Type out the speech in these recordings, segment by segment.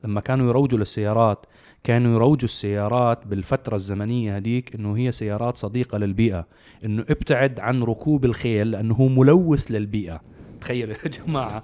لما كانوا يروجوا للسيارات كانوا يروجوا السيارات بالفترة الزمنية هديك إنه هي سيارات صديقة للبيئة، إنه ابتعد عن ركوب الخيل لأنه هو ملوث للبيئة. تخيلوا يا جماعة.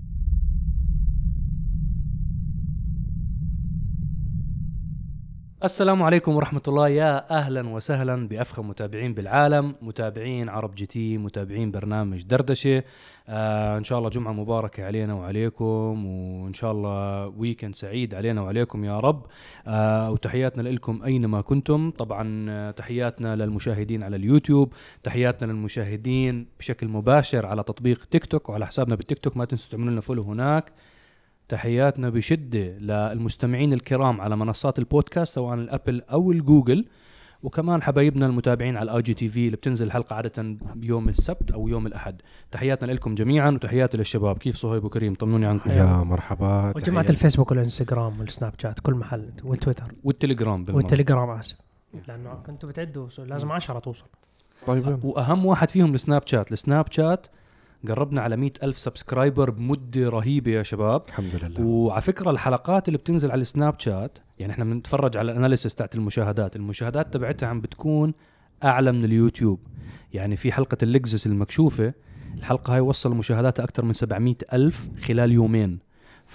السلام عليكم ورحمة الله، يا أهلا وسهلا بأفخم متابعين بالعالم، متابعين عرب جي تي، متابعين برنامج دردشة. إن شاء الله جمعة مباركة علينا وعليكم، وإن شاء الله ويكند سعيد علينا وعليكم يا رب. وتحياتنا لكم أينما كنتم. طبعا تحياتنا للمشاهدين على اليوتيوب، تحياتنا للمشاهدين بشكل مباشر على تطبيق تيك توك وعلى حسابنا بالتيك توك، ما تنسوا تعملوا لنا فولو هناك. تحياتنا بشدة للمستمعين الكرام على منصات البودكاست سواء الأبل أو الجوجل، وكمان حبايبنا المتابعين على الآي جي تي في اللي بتنزل الحلقة عادة يوم السبت أو يوم الأحد. تحياتنا لكم جميعا وتحياتي للشباب. كيف صهيب وكريم؟ طمنوني عنكم. يا مرحبا. وجماعة الفيسبوك والإنستغرام والسناب شات كل محل والتويتر والتليجرام آسف، لأنه كنتوا بتعدوا لازم 10 توصل. طيب، وأهم واحد فيهم السناب شات قربنا على 100,000 سبسكرايبر بمدة رهيبة يا شباب، الحمد لله. وعلى فكرة الحلقات اللي بتنزل على السناب شات، يعني احنا بنتفرج على الاناليسيس تاعت المشاهدات تبعتها عم بتكون أعلى من اليوتيوب. يعني في حلقة اللكزس المكشوفة، الحلقة هاي وصل مشاهداتها أكتر من 700,000 خلال يومين.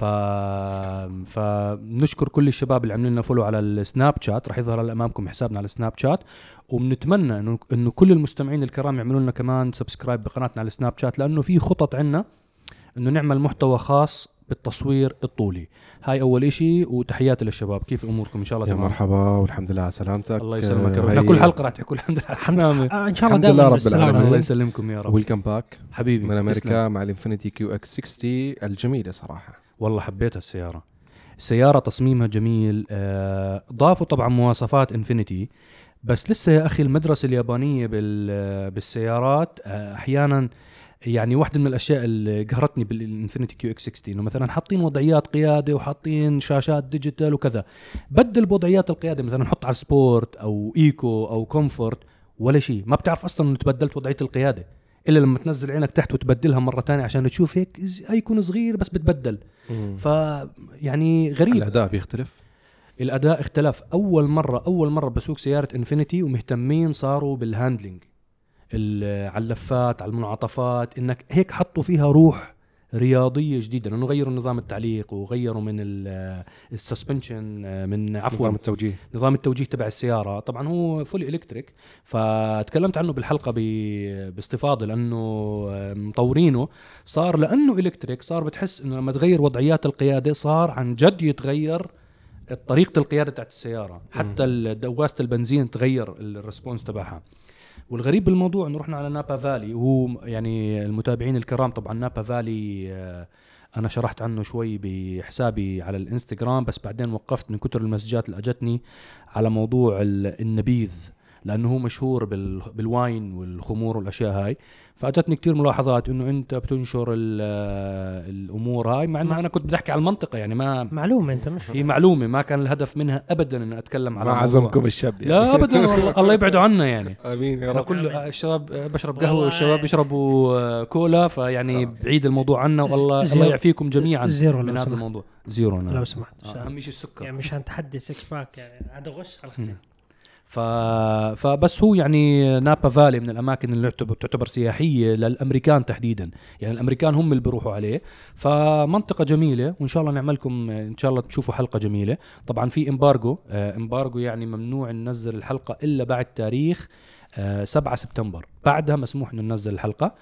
فنشكر كل الشباب اللي عملوا لنا فولو على السناب شات، رح يظهر أمامكم حسابنا على السناب شات، وبنتمنى إنه كل المستمعين الكرام يعملوا لنا كمان سبسكرايب بقناتنا على السناب شات، لأنه في خطط عنا إنه نعمل محتوى خاص بالتصوير الطولي. هاي أول إشي. وتحياتي للشباب، كيف أموركم؟ إن شاء الله يا تمام. مرحبا والحمد لله على سلامتك. الله يسلمك. كل حلقة راح تحكوا الحمد لله على السلامة. إن شاء الله الحمد لله رب السلامة. العالمين. الله يسلمكم يا رب. ويلكم باك حبيبي من أمريكا تسلم. مع الانفينيتي كيو اكس 60 الجميلة صراحة. والله حبيت السيارة تصميمها جميل. ضافوا طبعا مواصفات انفينيتي، بس لسه يا أخي المدرسة اليابانية بالسيارات أحيانا، يعني واحدة من الأشياء اللي قهرتني بالانفينيتي كيو اكس 60 إنه مثلا حاطين وضعيات قيادة وحاطين شاشات ديجيتال وكذا، بدل بوضعيات القيادة مثلا نحط على سبورت أو إيكو أو كومفورت ولا شيء، ما بتعرف أصلا إنه تبدلت وضعية القيادة إلا لما تنزل عينك تحت وتبدلها مرة تانية عشان تشوف هيك هيكون صغير بس بتبدل. يعني غريب. الأداء بيختلف. الأداء اختلف. أول مرة بسوق سيارة انفينيتي ومهتمين صاروا بالهاندلينج، على اللفات، على المنعطفات، إنك هيك حطوا فيها روح رياضية جديدة، لأنه غيروا نظام التعليق وغيروا من السسبنشن، من عفوا نظام التوجيه تبع السيارة. طبعا هو فولي إلكتريك، فتكلمت عنه بالحلقة باستفاضة، لأنه مطورينه صار لأنه إلكتريك صار بتحس إنه لما تغير وضعيات القيادة صار عن جد يتغير طريقة القيادة تاعت السيارة، حتى دواسة البنزين تغير الريسبونس تبعها. والغريب بالموضوع انه رحنا على نابا فالي، وهو يعني المتابعين الكرام طبعا نابا فالي انا شرحت عنه شوي بحسابي على الانستغرام، بس بعدين وقفت من كتر المسجات اللي اجتني على موضوع النبيذ، لانه هو مشهور بالواين والخمور والاشياء هاي. فاجتني كتير ملاحظات انه انت بتنشر الامور هاي، مع انه انا كنت بدي احكي على المنطقه، يعني ما معلومه انت مش هي معلومه، ما كان الهدف منها ابدا ان اتكلم على ما عزمكم الشاب يعني. لا ابدا الله يبعدوا عنا يعني. امين يا رب. كل الشباب بشرب قهوه والشباب بيشربوا كولا، فيعني بعيد الموضوع عنا، والله الله يعفيكم جميعا من هذا الموضوع. زيرو لو سمحت. اهم شيء السكر، يعني مش هنتحدي 6 باك، يعني هذا غش على خير. فبس هو يعني نابا فالي من الأماكن اللي تعتبر سياحية للأمريكان تحديدا، يعني الأمريكان هم اللي بيروحوا عليه. فمنطقة جميلة، وإن شاء الله نعملكم إن شاء الله تشوفوا حلقة جميلة. طبعا في إمبارجو يعني ممنوع ننزل الحلقة إلا بعد تاريخ 7 سبتمبر، بعدها مسموح إنه ننزل الحلقة.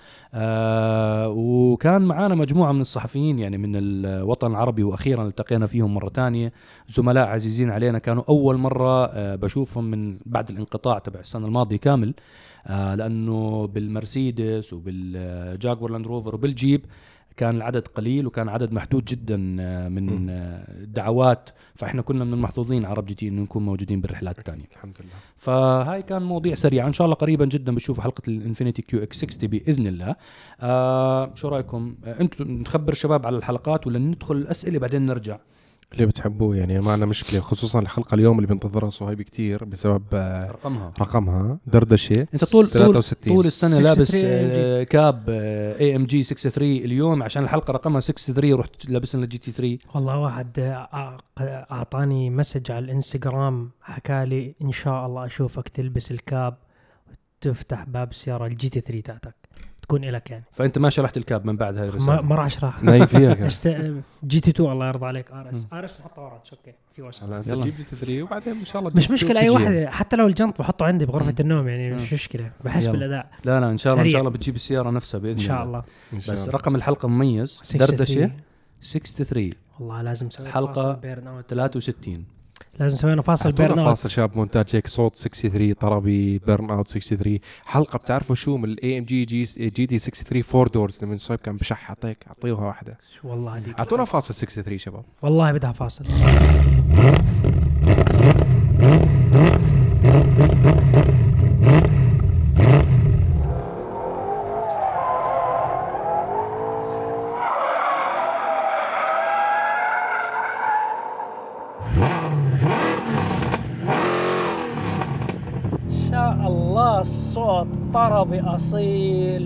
وكان معانا مجموعة من الصحفيين يعني من الوطن العربي، وأخيرا التقينا فيهم مرة تانية، زملاء عزيزين علينا، كانوا أول مرة بشوفهم من بعد الانقطاع تبع السنة الماضية كامل، لأنه بالمرسيدس وبالجاكور لاند روفر وبالجيب كان العدد قليل، وكان عدد محدود جدا من الدعوات، فإحنا كنا من المحظوظين عرب جي تي إنه نكون موجودين بالرحلات الثانية الحمد لله. فهاي كان مواضيع سريعة، إن شاء الله قريبا جدا بتشوفوا حلقة الانفينيتي كيو اكس 60 بإذن الله. شو رأيكم؟ أنتم نخبر الشباب على الحلقات ولا ندخل الأسئلة بعدين نرجع؟ اللي بتحبوه يعني ما عندنا مشكله، خصوصا الحلقه اليوم اللي بننتظرها صهيب كتير بسبب رقمها دردشه. انت 63 طول السنه لابس 63 كاب AMG 63، اليوم عشان الحلقه رقمها 63 رحت لابس لنا GT3. والله واحد اعطاني مسج على الانستغرام حكى لي ان شاء الله اشوفك تلبس الكاب وتفتح باب السياره الجي تي 3 تاعتك تكون لك يعني. فانت ما شرحت الكاب من بعد هاي الرساله؟ ما راح اشرح. نايم فيها كان. جي تي 2 الله يرضى عليك. ار اس نحطه ورا اوكي في وسط. يلا جيب لي 3 وبعدين ان شاء الله مش مشكله اي واحد، حتى لو الجنط بحطه عندي بغرفه النوم يعني مش مشكله، بحس يلا. بالاداء. لا ان شاء الله سريع. ان شاء الله بتجيب السياره نفسها باذن ان شاء الله. بس رقم الحلقه مميز، 63. دردشه 63 والله لازم نسوي حلقة فاصل بيرن اوت. 63 لازم نسوي فاصل بيرن اوت. فاصل شاب مونتاج هيك صوت 63 طربي بيرن اوت 63 حلقه. بتعرفوا شو من الاي ام جي جي تي 63 4 دورز لما صايب كان بشح يعطيك اعطيوها واحده. والله هذيك اعطونا فاصل 63 شباب. والله بدها فاصل. شاء الله الصوت طربي أصيل.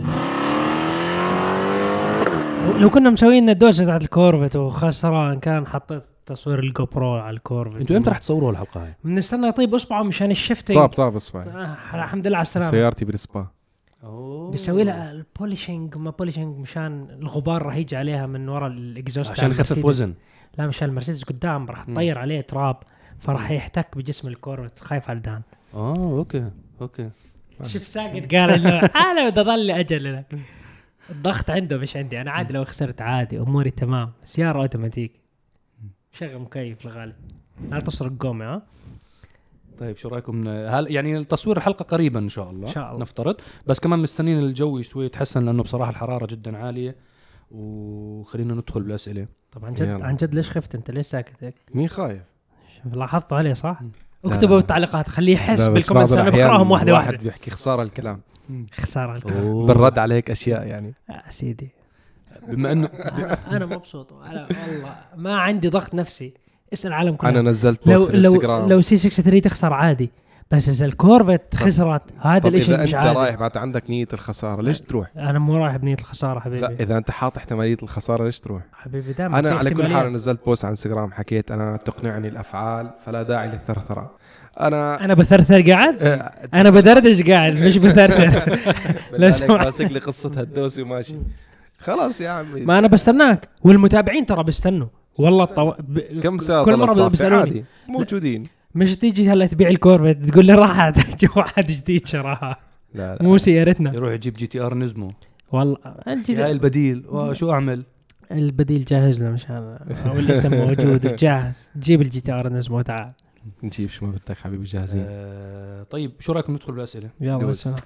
لو كنا مسويين الدوسة تاعت الكورفت وخسران كان حطيت تصوير الجو برو على الكورفت. انتوا امتى رح تصوروا الحلقه هاي؟ بنستنى يطيب اصبعه مشان الشفتنج. طاب اسمعي. الحمد لله على السلامة. سيارتي بالسبا بيسوي لها البوليشنج وما بوليشنج مشان الغبار راح يجي عليها من وراء الاكزوست عشان يخفف وزن. لا مشان المرسيدس قدام راح تطير عليه تراب فراح يحتك بجسم الكورفت. خايف على الدان. اوكي شوف ساقط قال انه انا بدي اضل اجل لك. الضغط عنده مش عندي انا. عادي لو خسرت عادي اموري تمام. سياره اوتوماتيك شغل مكيف الغالي لا تسرق قومي. ها طيب شو رايكم هل يعني التصوير الحلقه قريبا ان شاء الله؟ ان شاء الله. نفترض بس كمان مستنين الجو شوي يتحسن لانه بصراحه الحراره جدا عاليه. وخلينا ندخل بالاسئله. طبعا جد عن جد ليش خفت انت؟ ليش ساكت هيك؟ مين خايف؟ لاحظت عليه صح؟ اكتبوا بالتعليقات خليه يحس بالكومنتس. انا بقراهم واحده واحد بيحكي خساره الكلام. خساره الكلام بالرد عليك اشياء يعني. سيدي بما انه انا مبسوط. انا والله ما عندي ضغط نفسي. اسال العالم كله. انا نزلت بوست في الانستغرام لو سي 63 تخسر عادي بس اذا الكورفت خسرت هذا الاشي مش عادي. اذا انت رايح ما عندك نيه الخساره ليش تروح؟ انا مو رايح بنيه الخساره حبيبي. لا اذا انت حاط احتماليه الخساره ليش تروح حبيبي؟ دائما انا على كل حال نزلت بوست على انستغرام حكيت انا تقنعني الافعال فلا داعي للثرثره. انا بثرثر قاعد. انا بدردش قاعد مش بثرثر. لا ماسك لي قصه هالدوسي وماشي خلاص يا عمي. ما انا بستناك والمتابعين ترى بيستنوا والله. كم ساعه كل مره بيسالوني موجودين. مش تيجي هلا تبيع الكورفت تقول لي راحت تجي واحد جديد شراها. لا مو سيارتنا. يروح يجيب GTR نزمو والله هاي البديل. وشو اعمل؟ البديل جاهز له مشان والاسم موجود جاهز. جيب GTR نزمو تعال نجيب شو ما بدك حبيبي جاهزين. طيب شو رايكم ندخل بالاسئله؟ يلا بسم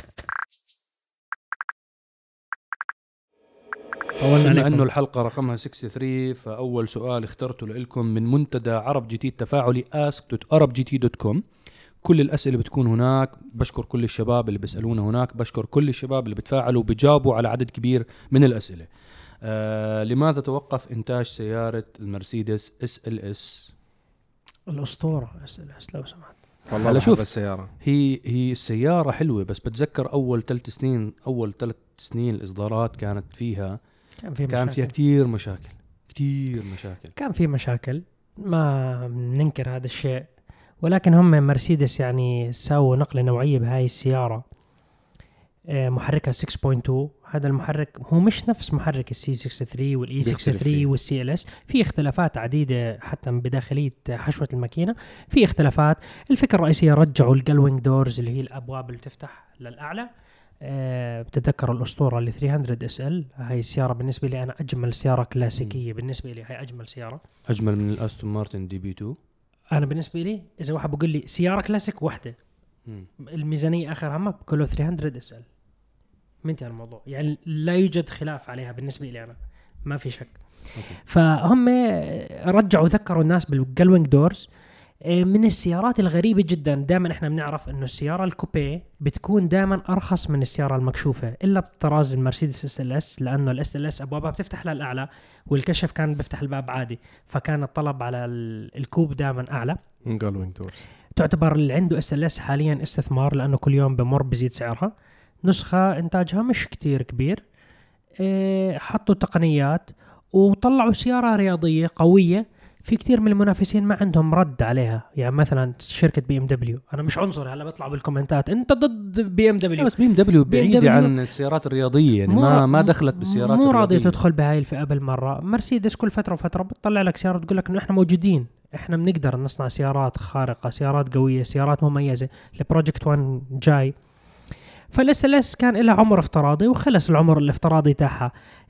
بما انه الحلقه رقمها 63 فاول سؤال اخترته لكم من منتدى عرب جي تي التفاعلي ask.arabgt.com. كل الاسئله بتكون هناك. بشكر كل الشباب اللي بيسالونا هناك. بشكر كل الشباب اللي بتفاعلوا وبيجاوبوا على عدد كبير من الاسئله. لماذا توقف انتاج سياره المرسيدس SLS؟ الاسطوره SLS لو سمحت. والله شوف السياره هي السياره حلوه بس بتذكر اول 3 سنين الاصدارات كان فيها كثير مشاكل. كان في مشاكل ما ننكر هذا الشيء ولكن هم مرسيدس يعني سووا نقله نوعيه بهاي السياره. محركها 6.2. هذا المحرك هو مش نفس محرك السي 63 والإي 63 والسي ال اس. في اختلافات عديدة حتى بداخلية حشوة الماكينة في اختلافات. الفكرة الرئيسية رجعوا الجلوينج دورز اللي هي الأبواب اللي تفتح للأعلى. بتتذكر الأسطورة اللي 300 SL. هاي السيارة بالنسبة لي أنا أجمل سيارة كلاسيكية. بالنسبة لي هاي أجمل سيارة. أجمل من الأستون مارتن DB2. أنا بالنسبة لي إذا واحد بقول لي سيارة كلاسيك واحدة الميزانية آخر همك كله 300 SL. منتهى الموضوع يعني لا يوجد خلاف عليها بالنسبة لي أنا ما في شك. فهم رجعوا ذكروا الناس بالجلوينج دورز. من السيارات الغريبة جدا. دائما احنا بنعرف انه السيارة الكوبيه بتكون دائما ارخص من السيارة المكشوفة الا بطراز المرسيدس SLS، لانه الSLS ابوابها بتفتح للاعلى والكشف كان بيفتح الباب عادي، فكان الطلب على الكوب دائما اعلى. تعتبر اللي عنده SLS حاليا استثمار، لانه كل يوم بمر بزيد سعرها. نسخة انتاجها مش كتير كبير، حطوا تقنيات وطلعوا سيارة رياضية قوية. في كتير من المنافسين ما عندهم رد عليها، يعني مثلا شركة BMW، أنا مش عنصر هلا بطلع بالكومنتات أنت ضد BMW، بس BMW بعيدة عن السيارات الرياضية، يعني ما دخلت بالسيارات الرياضية، مو راضية تدخل بهاي الفئة بالمرة. مرسيدس كل فترة وفترة بتطلع لك سيارة تقول لك إنه إحنا موجودين، إحنا بنقدر نصنع سيارات خارقة، سيارات قوية، سيارات مميزة. البروجكت 1 جاي. فالSLS كان لها عمر افتراضي وخلص العمر الافتراضي تاعها.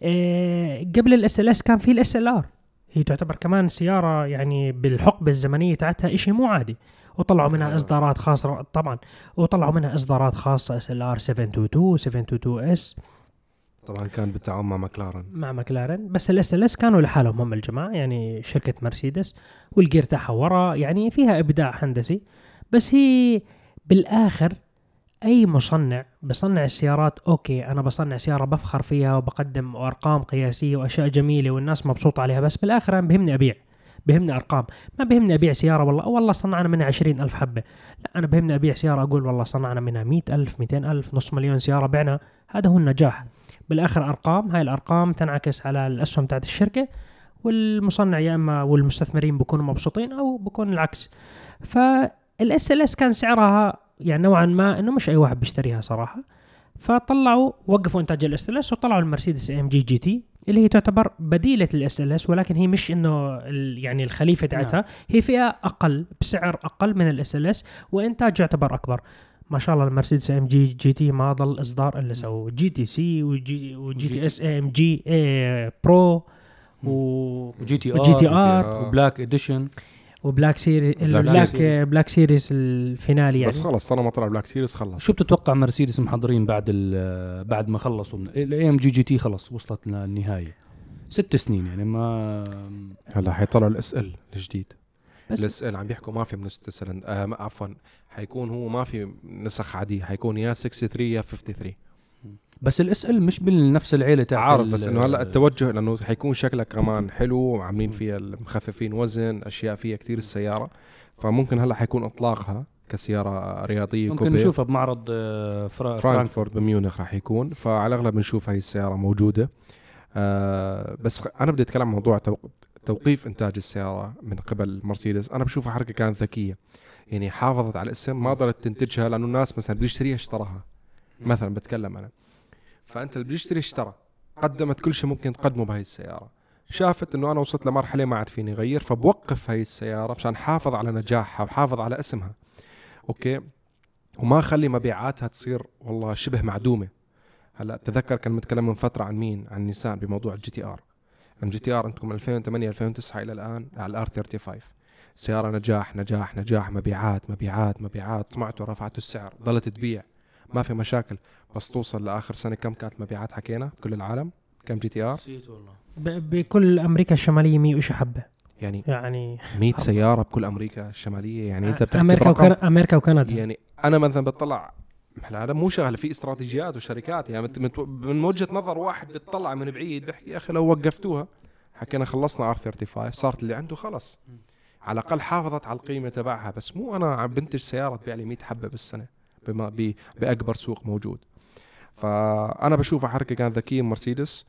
قبل الSLS كان في الSLR، هي تعتبر كمان سيارة يعني بالحقبة الزمنية تاعتها إشي مو عادي، وطلعوا منها إصدارات خاصة طبعا، وطلعوا منها إصدارات خاصة SLR 722 722S طبعا كان بالتعاون مع مكلارن. بس الSLS كانوا لحالهم هم الجماعة، يعني شركة مرسيدس، والجير تاعها ورا، يعني فيها إبداع هندسي. بس هي بالآخر أي مصنع بصنع السيارات أوكي، أنا بصنع سيارة بفخر فيها وبقدم أرقام قياسية وأشياء جميلة والناس مبسوطة عليها، بس بالآخر أنا بهمني أبيع، بهمني أرقام. ما بهمني أبيع سيارة والله صنعنا منها 20,000 حبة، لا، أنا بهمني أبيع سيارة أقول والله صنعنا منها 100,000 200,000 نص مليون سيارة بعنا. هذا هو النجاح بالآخر، أرقام. هاي الأرقام تنعكس على الأسهم تاعت الشركة، والمصنع يا إما والمستثمرين بيكونوا مبسوطين أو بيكون العكس. فالSLS كان سعرها يعني نوعا ما انه مش اي واحد بيشتريها صراحه، فطلعوا وقفوا انتاج الSLS وطلعوا المرسيدس AMG GT اللي هي تعتبر بديله الSLS، ولكن هي مش انه يعني الخليفه تاعتها، هي فئه اقل بسعر اقل من الSLS وانتاج يعتبر اكبر. ما شاء الله المرسيدس AMG GT ما ضل اصدار الا سووا GTC وGTS AMG برو وGTR وبلاك اديشن وبلاك بلاك سيريز الفينالي يعني. بس خلص طالما طلع بلاك سيريز خلص. شو بتتوقع مرسيدس محضرين بعد ما خلصوا من AMG GT؟ خلص وصلت للنهاية 6 سنين يعني. ما هلا حيطلعوا الSL الجديد. الSL عم بيحكوا ما في من عفوا حيكون هو ما في نسخ عادية، حيكون يا 63 يا 53. بس الSL مش بالنفس العيلة تاعت عارف، بس انه هلا التوجه لانه حيكون شكلها كمان حلو وعاملين فيها مخففين وزن اشياء فيها كتير السيارة، فممكن هلا حيكون اطلاقها كسيارة رياضية ممكن نشوفها بمعرض فرانكفورت بميونخ راح يكون، فعلى الاغلب نشوف هاي السيارة موجودة. بس انا بدي اتكلم عن موضوع توقيف انتاج السيارة من قبل مرسيدس. انا بشوفها حركة كانت ذكية، يعني حافظت على الاسم، ما ضلت تنتجها لانه الناس مثلا بده يشتريها اشتراها مثلا، بتكلم انا. فانت اللي بده يشتري اشترى، قدمت كل شيء ممكن تقدمه بهاي السيارة، شافت انه انا وصلت لمرحلة ما عاد فيني غير، فبوقف هاي السيارة مشان حافظ على نجاحها وحافظ على اسمها، اوكي، وما خلي مبيعاتها تصير والله شبه معدومة. هلا تذكر كان متكلم من فترة عن مين؟ عن نيسان بموضوع GTR. GTR انتم من 2008 2009 الى الان على R35 سيارة نجاح نجاح نجاح، مبيعات مبيعات مبيعات، طمعتوا رفعتوا السعر، ضلت تبيع ما في مشاكل، بس توصل لآخر سنة كم كانت مبيعات؟ حكينا بكل العالم كم GTR؟ بكل أمريكا الشمالية 100 وش حبة، يعني 100 سيارة بكل أمريكا الشمالية. يعني أنت بتحكي أمريكا وكندا. يعني أنا مثلا بتطلع هذا مو شغله في استراتيجيات وشركات، يعني من وجهة نظر واحد بتطلع من بعيد بحكي يا أخي لو وقفتوها، حكينا خلصنا R35 صارت اللي عنده خلص، على الأقل حافظت على القيمة تبعها. بس مو أنا بنتج سيارة تبيع لي 100 حبة بالسنة بأكبر سوق موجود. فأنا بشوفها حركة كانت ذكية مرسيدس،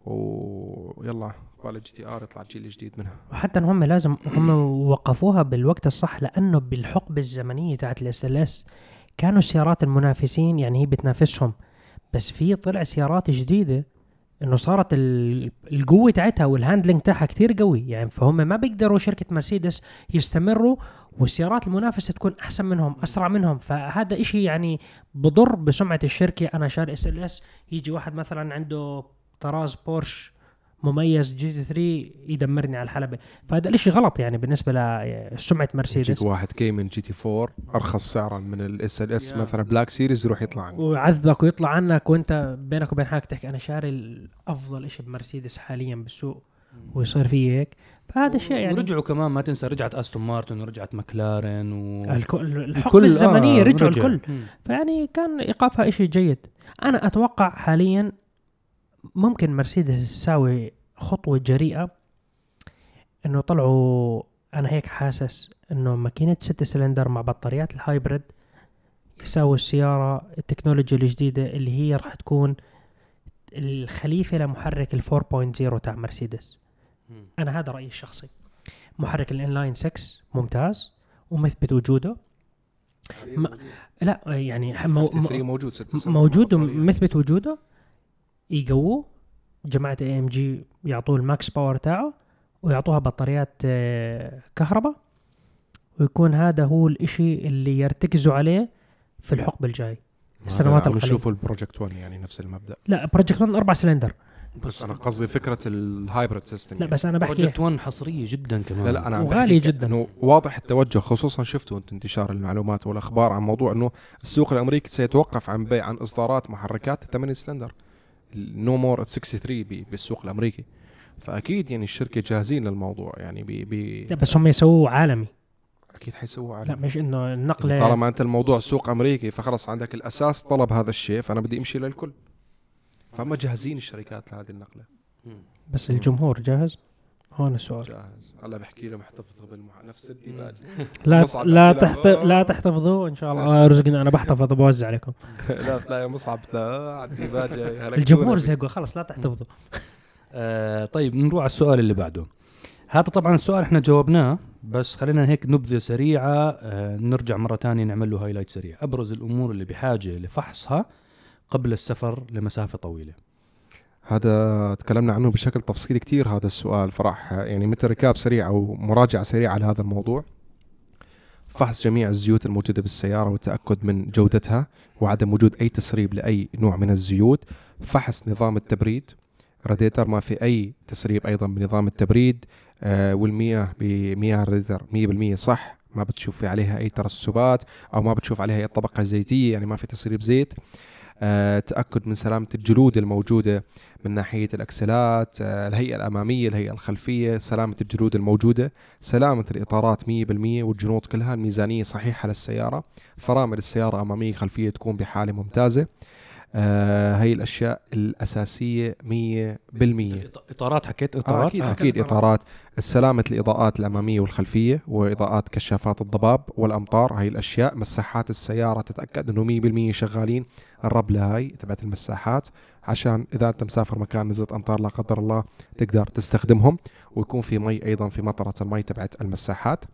ويلا قبل GTR يطلع الجيل الجديد منها. وحتى هم لازم هم وقفوها بالوقت الصح، لأنه بالحقبة الزمنية تاعت الSLS كانوا السيارات المنافسين يعني هي بتنافسهم، بس في طلع سيارات جديدة انه صارت القوة تاعتها والهاندلنج تاعها كتير قوي، يعني فهم ما بيقدروا شركة مرسيدس يستمروا والسيارات المنافسة تكون احسن منهم اسرع منهم. فهذا اشي يعني بضر بسمعة الشركة. انا شاري SLS، يجي واحد مثلا عنده طراز بورش مميز GT3 يدمرني على الحلبة، فهذا الاشي غلط يعني بالنسبة لسمعة مرسيدس. جيت واحد من GT4 ارخص سعرا من الSLS مثلا بلاك سيريز يروح يطلع عنك ويعذبك ويطلع عنك، وانت بينك وبين حالك تحكي انا شاري الافضل اشي بمرسيدس حاليا بالسوق، ويصير فيه هيك. فهذا الشيء يعني رجعوا كمان ما تنسى رجعت أستون مارتن ورجعت مكلارن الحقبة الزمنية رجعوا الكل. فيعني كان إيقافها إشي جيد. أنا أتوقع حاليا ممكن مرسيدس تساوي خطوة جريئة إنه طلعوا. أنا هيك حاسس إنه ماكينة 6 سلندر مع بطاريات الهايبريد يساوي السيارة التكنولوجيا الجديدة اللي هي راح تكون الخليفة لمحرك 4.0 تاع مرسيدس. أنا هذا رأيي الشخصي. محرك الانلاين 6 ممتاز ومثبت وجوده. لا يعني موجود ومثبت وجوده. يقووه جماعة AMG يعطوه الماكس باور تاعه ويعطوها بطاريات كهرباء، ويكون هذا هو الاشي اللي يرتكزوا عليه في الحقبة الجاي السنوات القليلة. نشوفوا البروجكت 1 يعني نفس المبدأ. لا بروجكت 1 4 سلندر بس انا قصدي فكره الهايبريد سيستم. لا بس انا بحكي بروجكت 1 حصريه جدا كمان. لا انا وغالي جدا. انه واضح التوجه، خصوصا شفتوا انتشار المعلومات والاخبار عن موضوع انه السوق الامريكي سيتوقف عن بيع عن اصدارات محركات 8 سلندر، نو مور 63 بالسوق الامريكي. فاكيد يعني الشركه جاهزين للموضوع يعني بس هم يسووا عالمي. اكيد حيسووا عالمي. لا مش انه النقله يعني طالما انت الموضوع سوق امريكي فخلص عندك الاساس طلب هذا الشيء، فانا بدي امشي للكل. فما جاهزين الشركات لهذه النقله. بس الجمهور جاهز؟ هون السؤال. جاهز. الله بحكي له محتفظ نفس الديباج. لا تحتفظوا ان شاء الله. رزقنا انا بحتفظ بوزع عليكم. لا تلاقي مصعب على الديباج. الجمهور زهقوا خلص لا تحتفظوا. طيب نروح على السؤال اللي بعده. هذا طبعا السؤال احنا جاوبناه، بس خلينا هيك نبذة سريعة. نرجع مرة تانية نعمل له هايلايت سريع. أبرز الأمور اللي بحاجة لفحصها قبل السفر لمسافة طويلة. هذا تكلمنا عنه بشكل تفصيلي كتير هذا السؤال، فراح يعني مثل ركاب سريع أو مراجعة سريعة على هذا الموضوع. فحص جميع الزيوت الموجودة بالسيارة والتأكد من جودتها وعدم وجود أي تسريب لأي نوع من الزيوت. فحص نظام التبريد راديتر، ما في أي تسريب أيضا بنظام التبريد. والمياه بمياه الراديتر 100% صح، ما بتشوف في عليها أي ترسبات أو ما بتشوف عليها أي طبقة زيتية، يعني ما في تسريب زيت. تأكد من سلامة الجلود الموجودة من ناحية الأكسلات، الهيئة الأمامية، الهيئة الخلفية، سلامة الجلود الموجودة، سلامة الإطارات 100% والجنوط كلها، الميزانية صحيحة للسيارة، فرامل السيارة أمامية خلفية تكون بحالة ممتازة. هاي الأشياء الأساسية 100%. إطارات حكيت إطارات؟ أكيد إطارات. السلامة الإضاءات الأمامية والخلفية وإضاءات كشافات الضباب والأمطار، هاي الأشياء. مساحات السيارة تتأكد أنه 100% شغالين. الربلة هاي تبعت المساحات عشان إذا أنت مسافر مكان نزلت أمطار لا قدر الله تقدر تستخدمهم، ويكون في مي أيضا في مطرة المي تبعت المساحات.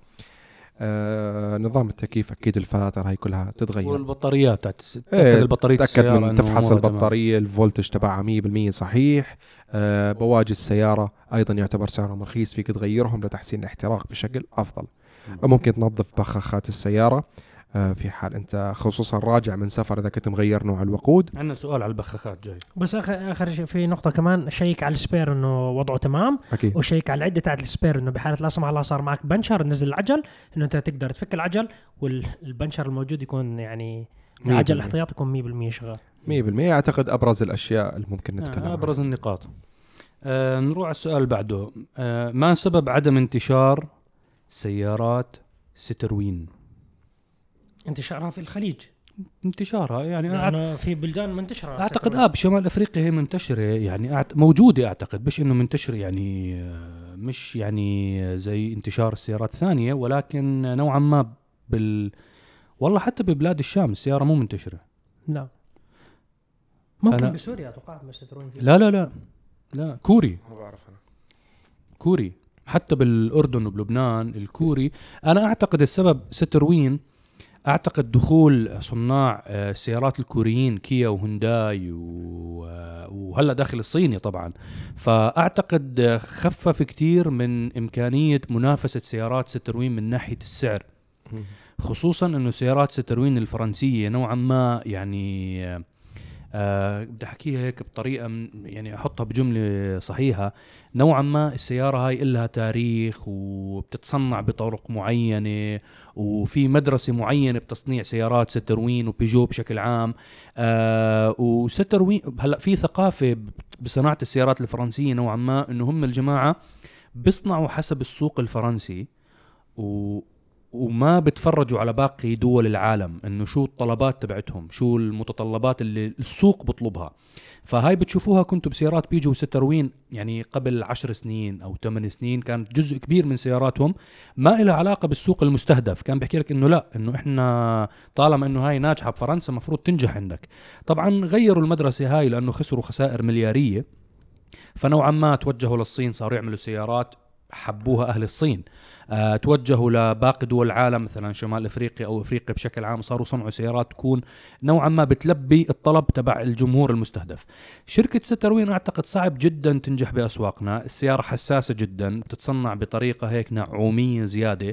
نظام التكييف أكيد الفلاتر هاي كلها تتغير. والبطاريات تأكد البطارية تأكد من تفحص البطارية الفولتج تبعها 100% صحيح. بواجي السيارة أيضا يعتبر سعرهم رخيص، فيك تغيرهم لتحسين الاحتراق بشكل أفضل. ممكن تنظف بخاخات السيارة في حال أنت خصوصا راجع من سفر إذا كنت مغير نوع الوقود. عندنا سؤال على البخاخات جاي. بس آخر شيء في نقطة كمان، شيك على السبير إنه وضعه تمام. أكيد. وشيك على العدة تاعت السبير إنه بحالة لا سمح الله صار معك بنشر نزل العجل إنه أنت تقدر تفك العجل والبنشر الموجود يكون يعني العجل الاحتياطي يكون 100% شغال. 100% أعتقد أبرز الأشياء اللي ممكن نتكلم عنها. أبرز النقاط. نروح على السؤال بعده. ما سبب عدم انتشار سيارات ستروين؟ انتشارها في الخليج. انتشارها يعني في بلدان منتشرة اعتقد بشمال افريقيا هي منتشره، يعني موجوده اعتقد، مش انه منتشر يعني مش يعني زي انتشار السيارات الثانيه، ولكن نوعا ما والله حتى ببلاد الشام السياره مو منتشره. لا ممكن بسوريا اتوقع مستروين فيه. لا كوري. ما بعرف انا كوري حتى بالاردن وبلبنان الكوري. انا اعتقد السبب ستروين، اعتقد دخول صناع السيارات الكوريين كيا وهونداي وهلا داخل الصيني طبعا، فاعتقد خفف كتير من امكانيه منافسه سيارات ستروين من ناحيه السعر، خصوصا انه سيارات ستروين الفرنسيه نوعا ما يعني بدي احكيها هيك بطريقه يعني احطها بجمله صحيحه. نوعا ما السياره هاي إلها تاريخ وبتتصنع بطرق معينه، وفي مدرسه معينه بتصنيع سيارات ستروين وبيجو بشكل عام. وستروين هلا في ثقافه بصناعه السيارات الفرنسيه نوعا ما، انه هم الجماعه بيصنعوا حسب السوق الفرنسي وما بتفرجوا على باقي دول العالم انه شو الطلبات تبعتهم، شو المتطلبات اللي السوق بطلبها. فهاي بتشوفوها كنتوا بسيارات بيجو وستروين يعني قبل 10 سنين او 8 سنين، كانت جزء كبير من سياراتهم ما لها علاقة بالسوق المستهدف. كان بيحكي لك انه لا، انه احنا طالما انه هاي ناجحة بفرنسا مفروض تنجح عندك. طبعا غيروا المدرسة هاي لانه خسروا خسائر مليارية، فنوعا ما توجهوا للصين، صاروا يعملوا سيارات حبوها أهل الصين. توجهوا لباقي دول العالم مثلا شمال أفريقيا أو أفريقيا بشكل عام، صاروا صنعوا سيارات تكون نوعا ما بتلبي الطلب تبع الجمهور المستهدف. شركة ستروين أعتقد صعب جدا تنجح بأسواقنا، السيارة حساسة جدا، بتتصنع بطريقة هيك نعومية زيادة.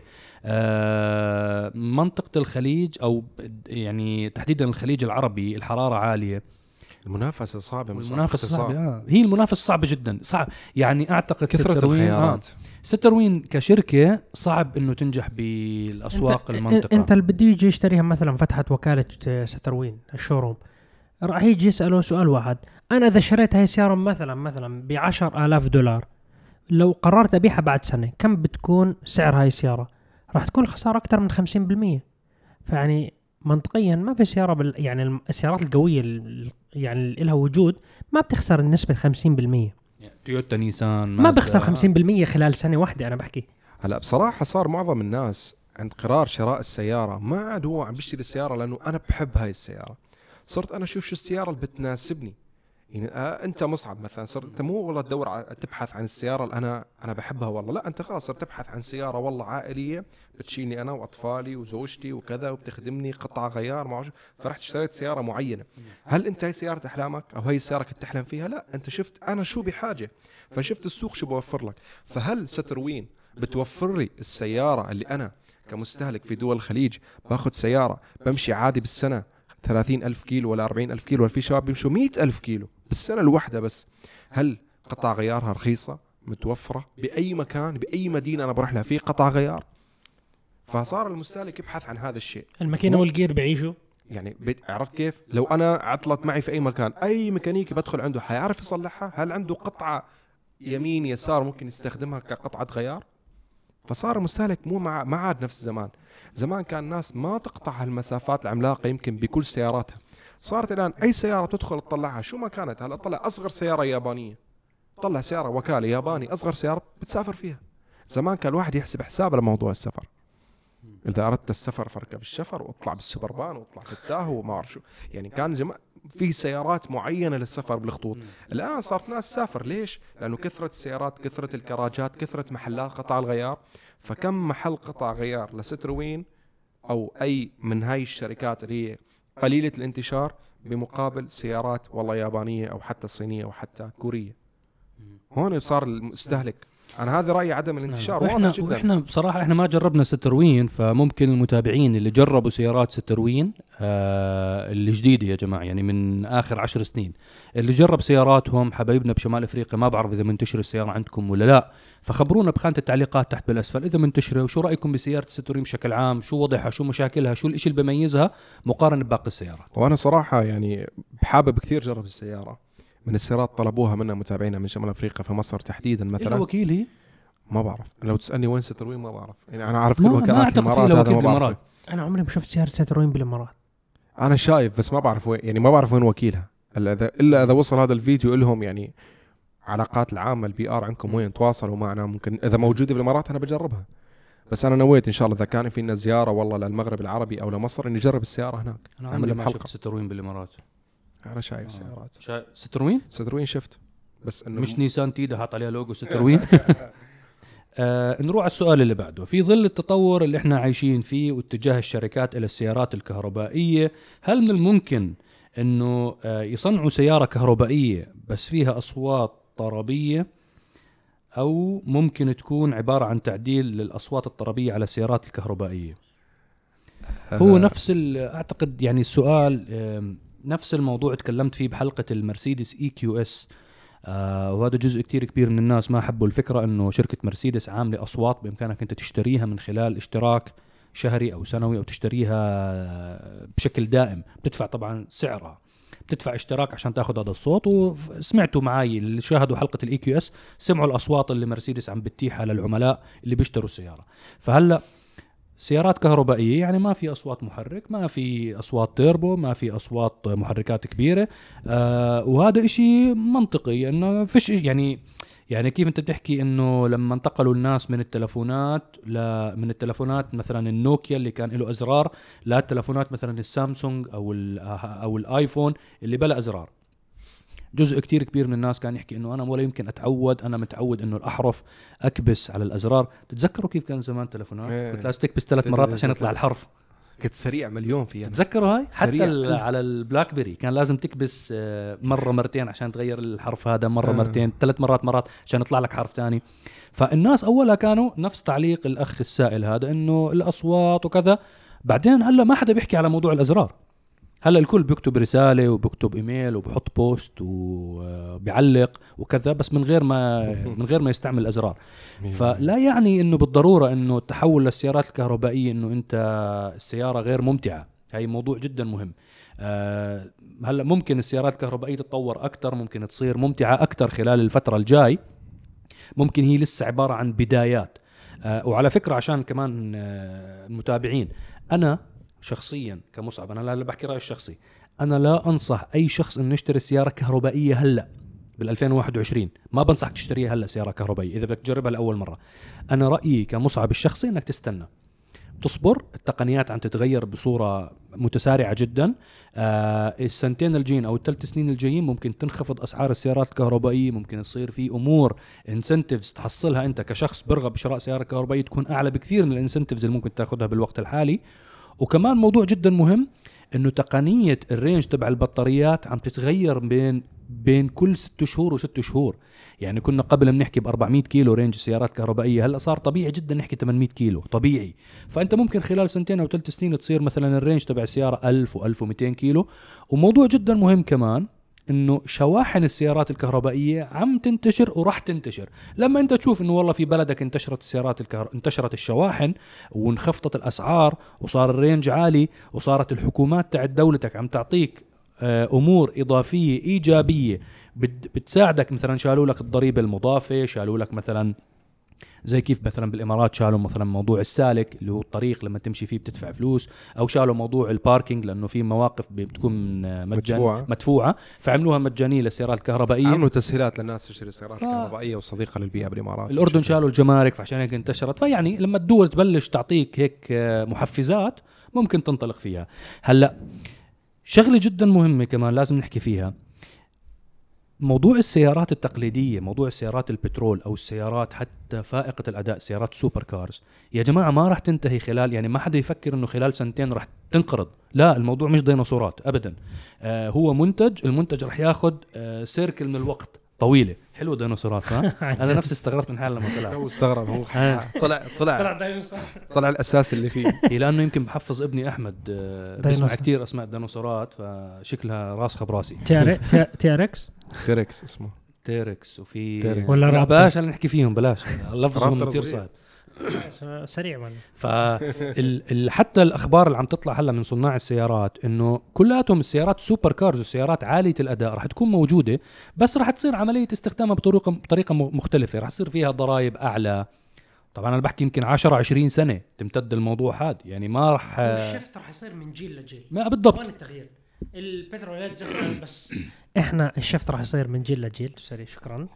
منطقة الخليج أو يعني تحديدا الخليج العربي الحرارة عالية، المنافسة صعبة. المنافسة صعبة. هي المنافسة صعبة جدا، صعب يعني. أعتقد كثرة الخيارات. ستروين كشركة صعب إنه تنجح بالأسواق المنطقة. أنت اللي بده يجي يشتريها مثلا، فتحت وكالة ستروين الشوروم، راح يجي يسأله سؤال واحد: أنا إذا شريت هاي السيارة مثلا $10,000، لو قررت أبيعها بعد سنة كم بتكون سعر هاي السيارة؟ راح تكون الخسارة أكتر من 50%. فيعني منطقيا ما في سيارة يعني السيارات القوية يعني لها وجود ما بتخسر النسبة 50%. تويوتا نيسان ما بخسر 50% خلال سنة واحدة. أنا بحكي هلا بصراحة صار معظم الناس عند قرار شراء السيارة ما عاد هو عم بيشتري السيارة لأنه أنا بحب هاي السيارة، صرت أنا أشوف شو السيارة اللي بتناسبني. يعني أنت مصعب مثلا، صرت أنت مو والله تدور تبحث عن السيارة اللي أنا بحبها والله، لا أنت خلاص صرت تبحث عن سيارة والله عائلية بتشيلني أنا وأطفالي وزوجتي وكذا وبتخدمني قطع غيار ما، فرحت اشتريت سيارة معينة. هل أنت هاي سيارة أحلامك أو هاي السيارة كنت تحلم فيها؟ لا، أنت شفت أنا شو بحاجة، فشفت السوق شو بوفر لك. فهل ستروين بتوفر لي السيارة اللي أنا كمستهلك في دول الخليج باخذ سيارة بمشي عادي بالسنة 30,000 كيلو ولا 40,000 كيلو، ولا في شباب بيمشوا 100,000 كيلو بالسنة الواحدة بس؟ هل قطع غيارها رخيصة متوفرة بأي مكان بأي مدينة أنا بروح لها في قطع غيار؟ فصار المستهلك يبحث عن هذا الشيء. الماكينة والجير بعيشوا يعني عرفت كيف؟ لو أنا عطلت معي في أي مكان أي ميكانيكي بدخل عنده حيعرف يصلحها؟ هل عنده قطعة يمين يسار ممكن يستخدمها كقطعة غيار؟ فصار المستهلك مو ما عاد نفس زمان كان الناس ما تقطع هالمسافات العملاقة يمكن بكل سياراتها. صارت الآن أي سيارة تدخل تطلعها شو ما كانت، هلا طلع أصغر سيارة يابانية، طلع سيارة وكالة ياباني أصغر سيارة بتسافر فيها. زمان كان الواحد يحسب حساب لموضوع السفر، إذا أردت السفر فركب الشفر واطلع بالسوبربان واطلع في التاهو وما أعرف شو، يعني كان في سيارات معينة للسفر بالخطوط. الآن صارت ناس سافر ليش؟ لأنه كثرة السيارات، كثرة الكراجات، كثرة محلات قطع الغيار. فكم محل قطع غيار لستروين أو أي من هاي الشركات اللي هي قليلة الانتشار بمقابل سيارات والله يابانية أو حتى صينية أو حتى كورية. هون صار المستهلك، أنا هذا رأيي عدم الانتشار واضح جدا. وإحنا بصراحة إحنا ما جربنا ستروين، فممكن المتابعين اللي جربوا سيارات ستروين اللي جديدة يا جماعة يعني من آخر 10 سنين اللي جرب سياراتهم حبايبنا بشمال أفريقيا، ما بعرف إذا منتشر السيارة عندكم ولا لا، فخبرونا بخانة التعليقات تحت بالأسفل إذا منتشرة، وشو رأيكم بسيارة ستروين بشكل عام، شو وضعها، شو مشاكلها، شو الإشي اللي بيميزها مقارنة بباقي السيارات. وأنا صراحة يعني حابب كثير جرب السيارة. من السيارات طلبوها منا متابعينا من شمال أفريقيا في مصر تحديدا مثلا. وكيلي ما بعرف، لو تسألني وين ستروين ما بعرف، يعني أنا أعرف كل وكالات الإمارات، هذا ما بعرف. أنا عمري ما شفت سيارة ستروين بالإمارات. أنا شايف بس ما بعرف وين، يعني ما بعرف وين وكيلها إلا إذا وصل هذا الفيديو لهم، يعني علاقات العامة البي آر عندكم وين تواصلوا معنا، ممكن إذا موجودة في الإمارات أنا بجربها. بس أنا نويت إن شاء الله إذا كان فينا زيارة والله للمغرب العربي أو لمصر إني أجرب السيارة هناك. أنا عمري ما شفت ستروين بالإمارات. أنا شايف سيارات ستروين شفت، بس إنه مش نيسان تيدا حاط عليها لوجو ستروين. نروح على السؤال اللي بعده. في ظل التطور اللي احنا عايشين فيه واتجاه الشركات إلى السيارات الكهربائية، هل من الممكن انه يصنعوا سيارة كهربائية بس فيها أصوات طربية، أو ممكن تكون عبارة عن تعديل للأصوات الطربية على السيارات الكهربائية؟ هو نفس أعتقد يعني السؤال نفس الموضوع تكلمت فيه بحلقة المرسيدس EQS. وهذا جزء كتير كبير من الناس ما حبوا الفكرة انه شركة مرسيدس عاملة اصوات بامكانك انت تشتريها من خلال اشتراك شهري او سنوي او تشتريها بشكل دائم. بتدفع طبعا سعرها، بتدفع اشتراك عشان تاخذ هذا الصوت. وسمعتوا معي اللي شاهدوا حلقة EQS سمعوا الاصوات اللي مرسيدس عم بتتيحها للعملاء اللي بيشتروا السيارة. فهلا سيارات كهربائية يعني ما في أصوات محرك، ما في أصوات تيربو، ما في أصوات محركات كبيرة. وهذا إشي منطقي إنه فيش يعني كيف أنت بتحكي إنه لما انتقلوا الناس من التلفونات مثلا النوكيا اللي كان له أزرار للتلفونات مثلا السامسونج أو الآيفون اللي بلا أزرار. جزء كتير كبير من الناس كان يحكي انه انا ولا يمكن اتعود، انا متعود انه الاحرف اكبس على الازرار. تتذكروا كيف كان زمان تلفونات كنت لازم تكبس 3 مرات عشان يطلع الحرف؟ كنت سريع مليون فيها. تتذكروا هاي؟ حتى على البلاك بيري كان لازم تكبس مرة مرتين عشان تغير الحرف هذا، مرة مرتين، 3 مرات عشان يطلع لك حرف تاني. فالناس اولها كانوا نفس تعليق الاخ السائل هذا انه الاصوات وكذا. بعدين هلا ما حدا بيحكي على موضوع الازرار. هلا الكل بيكتب رسالة وبيكتب ايميل وبحط بوست وبيعلق وكذا، بس من غير ما يستعمل الازرار. فلا يعني انه بالضرورة انه التحول للسيارات الكهربائية انه انت السيارة غير ممتعة. هاي موضوع جدا مهم. هلا ممكن السيارات الكهربائية تتطور اكتر، ممكن تصير ممتعة اكتر خلال الفترة الجاي، ممكن هي لسه عبارة عن بدايات. وعلى فكرة عشان كمان المتابعين، انا شخصيا كمصعب، انا لا بحكي رأيي الشخصي، انا لا انصح اي شخص انه يشتري سيارة كهربائية هلا بال2021. ما بنصحك تشتريها هلا سيارة كهربائية اذا بدك تجربها لاول مرة. انا رأيي كمصعب الشخصي انك تستنى، تصبر. التقنيات عم تتغير بصورة متسارعة جدا. السنتين الجايين او ال3 سنين الجايين ممكن تنخفض اسعار السيارات الكهربائية، ممكن يصير في امور انسنتيفز تحصلها انت كشخص برغب بشراء سيارة كهربائية تكون اعلى بكثير من الانسنتيفز اللي ممكن تاخذها بالوقت الحالي. وكمان موضوع جدا مهم انه تقنية الرينج تبع البطاريات عم تتغير بين كل 6 شهور و6 شهور. يعني كنا قبل بنحكي ب400 كيلو رينج سيارات كهربائية، هلا صار طبيعي جدا نحكي 800 كيلو طبيعي. فانت ممكن خلال 2 أو 3 سنين تصير مثلا الرينج تبع السيارة 1000 و1200 كيلو. وموضوع جدا مهم كمان انه شواحن السيارات الكهربائية عم تنتشر وراح تنتشر. لما انت تشوف انه والله في بلدك انتشرت الشواحن وانخفضت الاسعار وصار الرينج عالي، وصارت الحكومات تاع دولتك عم تعطيك امور اضافية ايجابية بتساعدك. مثلا شالوا لك الضريبة المضافة، شالوا لك مثلا زي كيف مثلا بالامارات شالوا مثلا موضوع السالك اللي هو الطريق لما تمشي فيه بتدفع فلوس، او شالوا موضوع الباركينج لانه في مواقف بتكون مدفوعه فعملوها مجانيه للسيارات الكهربائيه. عملوا تسهيلات للناس تشتري السيارات الكهربائيه وصديقه للبيئه بالامارات. الاردن شالوا الجمارك فعشان هيك انتشرت. فيعني لما الدول تبلش تعطيك هيك محفزات ممكن تنطلق فيها. هلا شغله جدا مهمه كمان لازم نحكي فيها، موضوع السيارات التقليدية، موضوع السيارات البترول أو السيارات حتى فائقة الأداء، سيارات سوبر كارز يا جماعة ما راح تنتهي خلال، يعني ما حدا يفكر إنه خلال 2 راح تنقرض. لا، الموضوع مش ديناصورات أبدا. هو المنتج راح ياخد سيركل من الوقت طويلة. حلو ديناصورات صح؟ أنا نفسي استغربت من حال لما طلع. هو استغرب، هو طلع الأساس اللي فيه. لأنه يمكن بحفظ ابني أحمد بسمع كتير أسماء ديناصورات فشكلها راسخة براسي. تيركس اسمه تيركس، وفي تيركس. ولا لا بلاش نحكي فيهم، بلاش لفظهم كثير صعب. سريع من حتى الأخبار اللي عم تطلع هلا من صناع السيارات إنه كلاتهم السيارات سوبر كارز والسيارات عالية الأداء راح تكون موجودة، بس راح تصير عملية استخدامها بطريقة مختلفة، راح تصير فيها ضرائب أعلى. طبعا أنا بحكي يمكن 10-20 سنة تمتد الموضوع هذا، يعني ما راح الشفت راح يصير من جيل لجيل. ما بالضبط وين التغيير؟ البترولات زمان بس احنا الشفت راح يصير من جيل لجيل. سوري شكرا.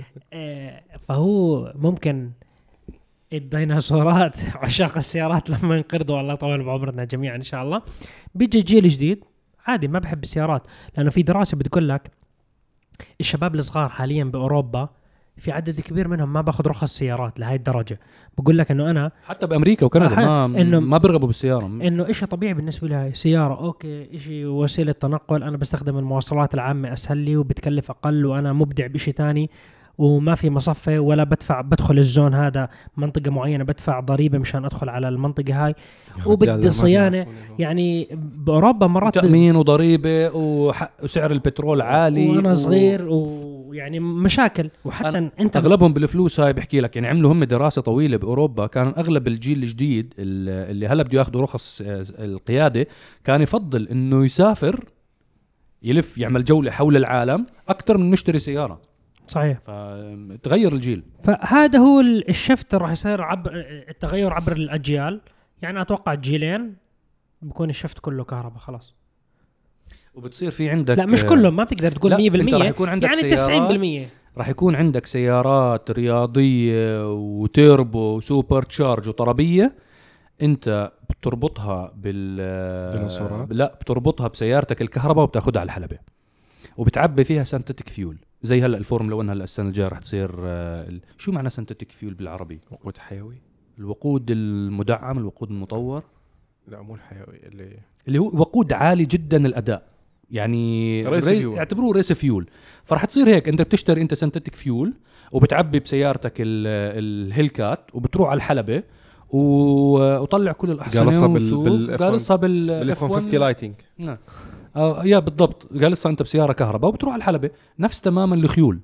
فهو ممكن الديناصورات عشاق السيارات لما ينقرضوا، الله يطول بعمرنا جميعا ان شاء الله، بيجي جيل جديد عادي ما بحب السيارات. لانه في دراسة بتقول لك الشباب الصغار حاليا باوروبا في عدد كبير منهم ما باخذ رخص سيارات لهي الدرجة. بقول لك انه انا حتى بامريكا وكندا ما برغبوا بالسيارة، انه اشي طبيعي بالنسبة لي سيارة اوكي، اشي وسيلة تنقل، انا بستخدم المواصلات العامة اسهل لي وبتكلف اقل وانا مبدع بشي تاني وما في مصفة ولا بدخل الزون هذا منطقة معينة بدفع ضريبة مشان أدخل على المنطقة هاي وبدي صيانة. يعني بأوروبا مرات تأمين وضريبة وسعر البترول عالي وأنا صغير ويعني مشاكل. وحتى أنت أغلبهم بالفلوس هاي بحكي لك يعني عملوا هم دراسة طويلة بأوروبا. كان أغلب الجيل الجديد اللي هلا بده ياخذوا رخص القيادة كان يفضل إنه يسافر يلف يعمل جولة حول العالم أكتر من نشتري سيارة. صحيح. فتغير الجيل. فهذا هو الشفت راح يصير عبر التغير عبر الأجيال. يعني أتوقع جيلين بكون الشفت كله كهرباء خلاص. وبتصير في عندك لا مش كله ما بتقدر تقول 100% راح يكون عندك يعني 90% راح يكون عندك سيارات رياضية وتيربو وسوبر تشارج وطربية انت بتربطها لا بتربطها بسيارتك الكهرباء وبتاخدها على الحلبة وبتعبي فيها سنتيتك فيول زي هلا الفورمولا 1 هلا السنه الجايه راح تصير شو معنى سنتيتك فيول بالعربي؟ وقود حيوي. الوقود المدعم الوقود المطور. لا مو الحيوي اللي هو وقود عالي جدا الاداء يعني يعتبروه ريس فيول. فرح تصير هيك انت بتشتري انت سنتيتك فيول وبتعبي بسيارتك الهيلكات وبتروح على الحلبة وطلع كل الأحصنة قالصها بالF-150 لايتنج. نعم يا بالضبط قالصها أنت بسيارة كهرباء وبتروح على الحلبة. نفس تماما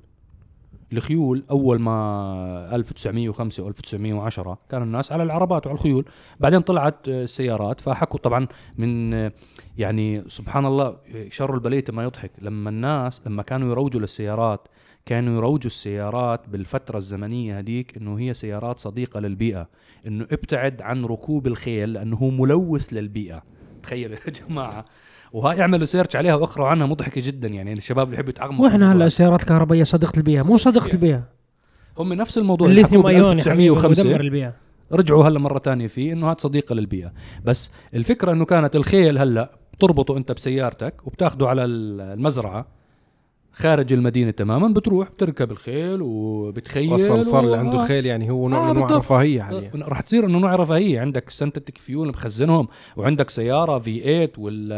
الخيول أول ما 1905 و 1910 كانوا الناس على العربات وعلى الخيول. بعدين طلعت السيارات فحكوا طبعا من يعني سبحان الله شر البلية ما يضحك. لما كانوا يروجوا للسيارات كانوا يروجوا السيارات بالفترة الزمنية هديك إنه هي سيارات صديقة للبيئة إنه ابتعد عن ركوب الخيل لأنه هو ملوث للبيئة. تخيل يا جماعة. وهاي اعملوا سيرش عليها واقرأوا عنها مضحكة جدا يعني الشباب اللي يحبوا يتعمقوا. واحنا هلا السيارات الكهربائية صديقة البيئة مو صديقة البيئة. هم نفس الموضوع الليثيوم ايون 1905 رجعوا هلا مرة تانية فيه إنه هاد صديقة للبيئة. بس الفكرة إنه كانت الخيل هلا بتربطه أنت بسيارتك وبتاخده على المزرعة خارج المدينة تماما بتروح بتركب الخيل وبتخيل صار اللي عنده خيل يعني هو نوع من نوع رفاهية حاليا. راح تصير انه نوع رفاهية. عندك سنتيتك فيول مخزنهم وعندك سيارة V8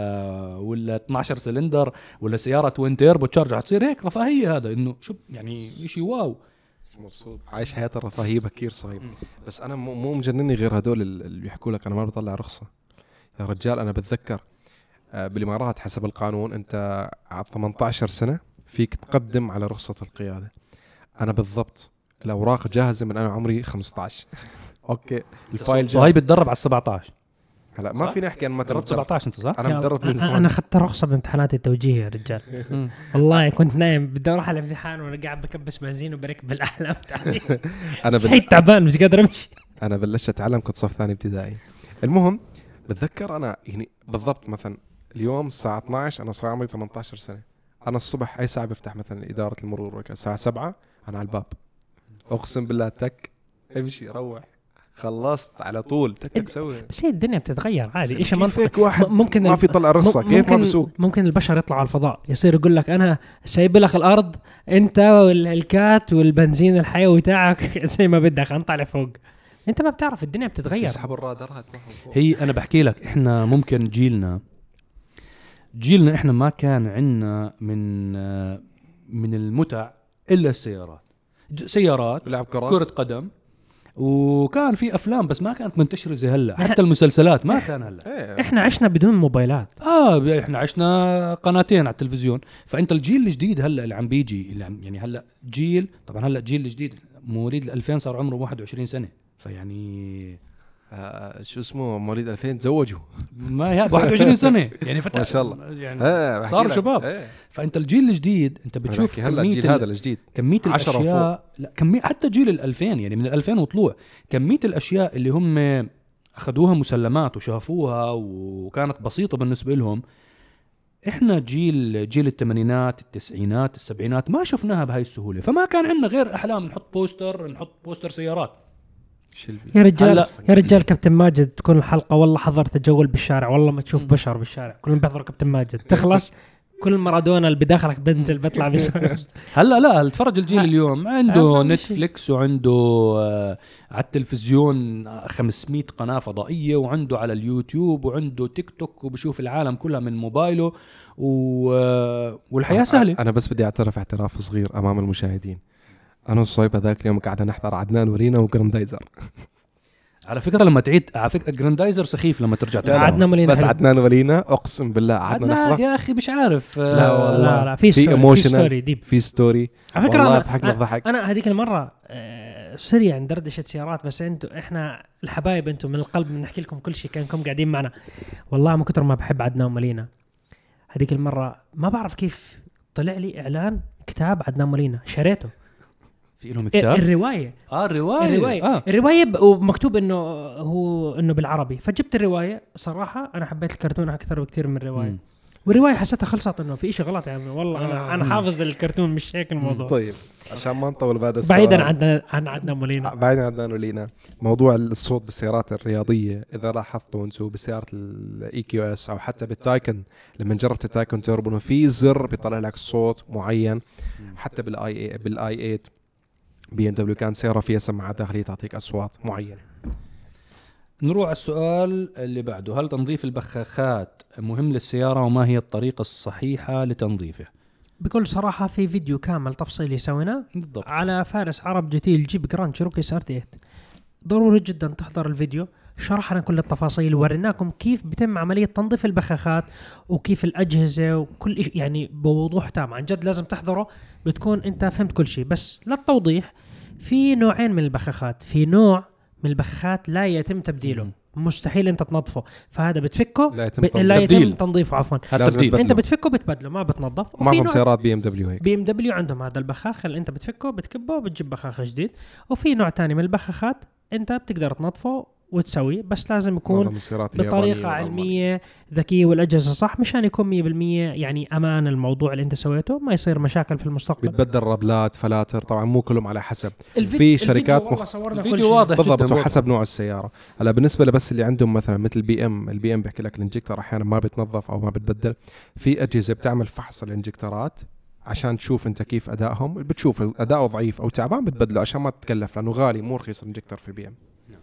ولا 12 سلندر ولا سيارة توين تيربو تشارج. حتصير هيك رفاهية. هذا انه شو يعني شيء واو مبسوط عايش حياة الرفاهية بكير صغير. بس انا مو مجنني غير هدول اللي بيحكوا لك انا ما بطلع رخصة. يا رجال انا بتذكر بالامارات حسب القانون انت على 18 سنة فيك تقدم على رخصة القيادة. أنا بالضبط الأوراق جاهزة من أنا عمري 15. أوكي الفايل صهيب بتدرب على 17 هلا ما فينا نحكي عن متى 17 أنت صح؟ أنا مدرب من زمان. أنا أخذت رخصة بامتحانات التوجيه يا رجال. والله كنت نايم بدي أروح على الامتحان وأنا قاعد بكبس بنزين وبركب بالأحلام تاعي. أنا صحيت تعبان مش قادر أمشي. أنا بلشت أتعلم كنت صف ثاني ابتدائي. المهم بتذكر أنا يعني بالضبط مثلا اليوم الساعة 12 أنا صار عمري 18 سنة. أنا الصبح أي ساعة بفتح مثلا إدارة المرور الساعة 7 أنا على الباب أقسم بالله تك امشي روح خلصت على طول تك سوي. بس هي الدنيا بتتغير عادي. إيش منطقي واحد ممكن ما في طلع رخصة كيف ما بسوق. ممكن البشر يطلعوا على الفضاء يصير يقول لك أنا سايب لك الأرض أنت والكات والبنزين الحيوي تاعك زي ما بدك أنطلع فوق. أنت ما بتعرف الدنيا بتتغير. يسحب الرادارات. هي أنا بحكي لك إحنا ممكن جيلنا إحنا ما كان عنا من المتع إلا سيارات لعب كرة قدم وكان في أفلام بس ما كانت منتشرة زي هلا. حتى المسلسلات ما كان هلا. إحنا عشنا بدون موبايلات. إحنا عشنا قناتين على التلفزيون. فأنت الجيل الجديد هلا اللي عم بيجي يعني هلا جيل طبعا هلا الجيل الجديد مواليد 2000 صار عمره 21 سنة. فيعني شو اسمه مواليد 2000 تزوجوا ما 21 سنة يعني فتح ما شاء الله يعني صاروا شباب. فأنت الجيل الجديد أنت بتشوف هلا الجيل هذا الجديد كمية الأشياء لا حتى جيل 2000 يعني من 2000 وطلوع كمية الأشياء اللي هم أخذوها مسلمات وشافوها وكانت بسيطة بالنسبة لهم. إحنا جيل الثمانينات التسعينات السبعينات ما شفناها بهاي السهولة. فما كان عندنا غير أحلام نحط بوستر سيارات. يا رجال كابتن ماجد تكون الحلقة والله حضرت تجول بالشارع والله ما تشوف بشر بالشارع كلهم بيحضروا كابتن ماجد تخلص كل مارادونا اللي بداخلك بنزل بيطلع بيسوي. هلا لا تفرج الجيل اليوم عنده نتفليكس وعنده على التلفزيون 500 قناة فضائية وعنده على اليوتيوب وعنده تيك توك وبشوف العالم كلها من موبايله والحياة سهلة. أنا بس بدي أعترف اعتراف صغير أمام المشاهدين. انا وصهيب هذاك اليوم قاعد نحضر عدنان ولينا وجراندايزر. على فكره لما تعيد على فكره جراندايزر سخيف لما ترجع عدنان ولينا بس عدنان ولينا اقسم بالله قعدنا نحضر يا اخي مش عارف. لا والله لا في ستوري ديب. في ستوري على فكره ضحكنا ضحك. انا هذيك المره سريع عن دردشه سيارات، بس انتوا احنا الحبايب انتوا من القلب بنحكي لكم كل شيء كانكم قاعدين معنا. والله من كثر ما بحب عدنان ولينا هذيك المره ما بعرف كيف طلع لي اعلان كتاب عدنان ولينا، شريته في لهم كتاب الروايه. الروايه ومكتوب انه بالعربي، فجبت الروايه. صراحه انا حبيت الكرتون اكثر بكثير من الروايه. والروايه حسيتها خلصت انه في شيء غلط يعني. والله انا حافظ الكرتون مش هيك الموضوع. طيب عشان ما نطول بهذا السؤال، بعيدا عن عدنان ولينا، بعيدا عن عدنان ولينا، موضوع الصوت بالسيارات الرياضيه اذا لاحظتوا انتم بسياره الاي كيو اس او حتى بالتايكن، لما جربت التايكن توربو انه في زر بيطلع لك صوت معين. حتى بالاي 8 بي ام دبليو كان سياره فيها سماعات داخليه تعطيك اصوات معينه. نروح على السؤال اللي بعده. هل تنظيف البخاخات مهم للسيارة وما هي الطريقة الصحيحة لتنظيفه؟ بكل صراحة في فيديو كامل تفصيلي سويناه على فارس عرب جي تي الجيب جراند شيروكي SRT8. ضروري جدا تحضر الفيديو، شرحنا كل التفاصيل ووريناكم كيف بيتم عملية تنظيف البخاخات وكيف الأجهزة وكل يعني بوضوح تام. عن جد لازم تحضره، بتكون انت فهمت كل شيء. بس للتوضيح، في نوعين من البخاخات. في نوع من البخاخات لا يتم تبديله، مستحيل انت تنظفه، فهذا بتفكه لا يتم تنظيفه عفوا. انت بتفكه بتبدله، ما بتنظف. وفي سيارات بي ام دبليو هيك، بي ام دبليو عندهم هذا البخاخ اللي انت بتفكه بتكبه وبتجيب بخاخ جديد. وفي نوع تاني من البخاخات انت بتقدر تنظفه وتسوي، بس لازم يكون بطريقة علمية ذكية والأجهزة صح مشان يكون 100% يعني أمان الموضوع اللي أنت سويته، ما يصير مشاكل في المستقبل. بتبدل ربلات فلاتر، طبعا مو كلهم على حسب. في شركات الفيديو واضح بالضبط وحسب نوع السيارة. هلا بالنسبة لبس اللي عندهم مثلا مثل البي ام بيحكي لك الانجكتر أحيانا ما بتنظف أو ما بتبدل. في أجهزة بتعمل فحص الانجكترات عشان تشوف انت كيف أدائهم، بتشوف الأداء ضعيف أو تعبان بتبدله عشان ما تتكلف، لأنه غالي مو رخيص الانجكتر في البي ام.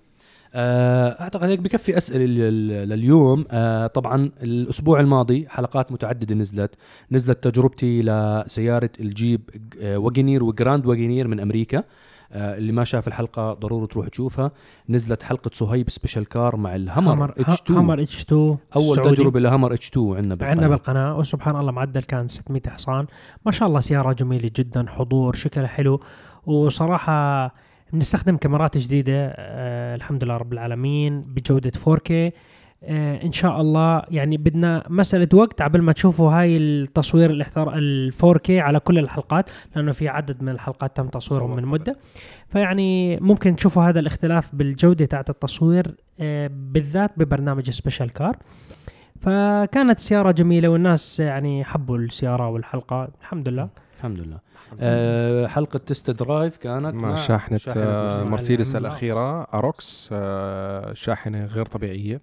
اعتقد هيك بكفي اسئله لليوم. طبعا الاسبوع الماضي حلقات متعدده نزلت تجربتي لسياره الجيب واجنير وجراند واجنير من امريكا. اللي ما شاف الحلقه ضروري تروح تشوفها. نزلت حلقه صهيب سبيشال كار مع الهامر H2. هامر H2 اول سعودي. تجربه لهامر H2 عندنا بالقناه وسبحان الله معدل كان 600 حصان. ما شاء الله سياره جميله جدا، حضور، شكلها حلو. وصراحه بنستخدم كاميرات جديدة الحمد لله رب العالمين بجودة 4K. إن شاء الله يعني بدنا مسألة وقت قبل ما تشوفوا هاي التصوير ال 4K على كل الحلقات، لأنه في عدد من الحلقات تم تصويرهم من مدة. فيعني ممكن تشوفوا هذا الاختلاف بالجودة تاعت التصوير بالذات ببرنامج سبيشال كار. فكانت سيارة جميلة والناس يعني حبوا السيارة والحلقة الحمد لله. حلقة تست درايف كانت مع شاحنة مرسيدس الأخيرة أروكس. شاحنة غير طبيعية.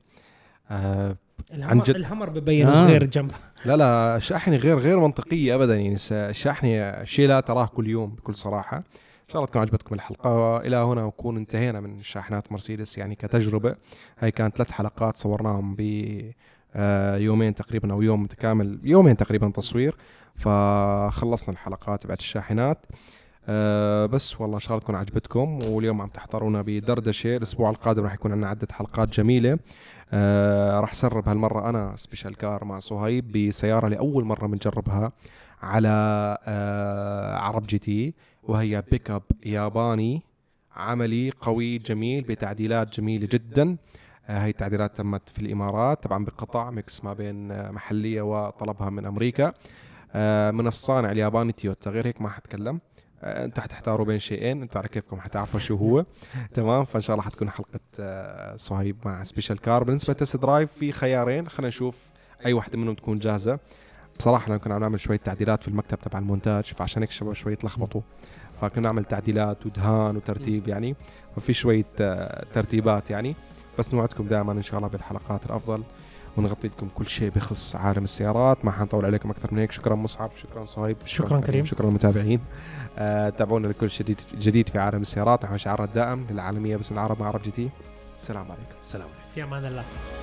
الهمر ببين صغير جنب. لا شاحنة غير منطقية أبدا. يعني شاحنة شيء لا تراه كل يوم بكل صراحة. إن شاء الله تكون عجبتكم الحلقة. إلى هنا نكون انتهينا من شاحنات مرسيدس يعني كتجربة. هاي كانت 3 حلقات صورناهم يومين تقريبا أو يوم متكامل، يومين تقريبا تصوير. فخلصنا الحلقات بعد الشاحنات. بس والله إن شاء الله تكون عجبتكم. واليوم عم تحضرونا بدردشة. الأسبوع القادم راح يكون عندنا عدة حلقات جميلة. راح سرب هالمرة أنا سبيشال كار مع صهيب بسيارة لأول مرة بنجربها على عرب جي تي، وهي بيك اب ياباني عملي قوي جميل بتعديلات جميلة جدا. هاي التعديلات تمت في الإمارات طبعا بقطع ميكس ما بين محلية وطلبها من أمريكا من الصانع الياباني تويوتا. غير هيك ما حتكلم. انتوا حتحتاروا بين شيئين، انتوا على كيفكم حتعرفوا شو هو. تمام. فان شاء الله حتكون حلقة صهيب مع سبيشال كار. بالنسبة لتست درايف في خيارين، خلينا نشوف اي واحدة منهم تكون جاهزة. بصراحة لما كنا عم نعمل شوية تعديلات في المكتب تبع المونتاج، فعشان هيك شباب شوية تلخبطوا، فكنا نعمل تعديلات ودهان وترتيب يعني، ففي شوية ترتيبات يعني. بس نوعدكم دائما ان شاء الله بالحلقات الافضل ونغطي لكم كل شيء بخص عالم السيارات. ما حنطول عليكم اكثر من هيك. شكرا مصعب، شكرا صهيب، شكرا كريم، شكرا المتابعين. تابعونا لكل جديد في عالم السيارات. نحن شعارنا الدائم للعالمية باسم العرب مع عرب جي تي. السلام عليكم. سلام عليكم. في امان الله.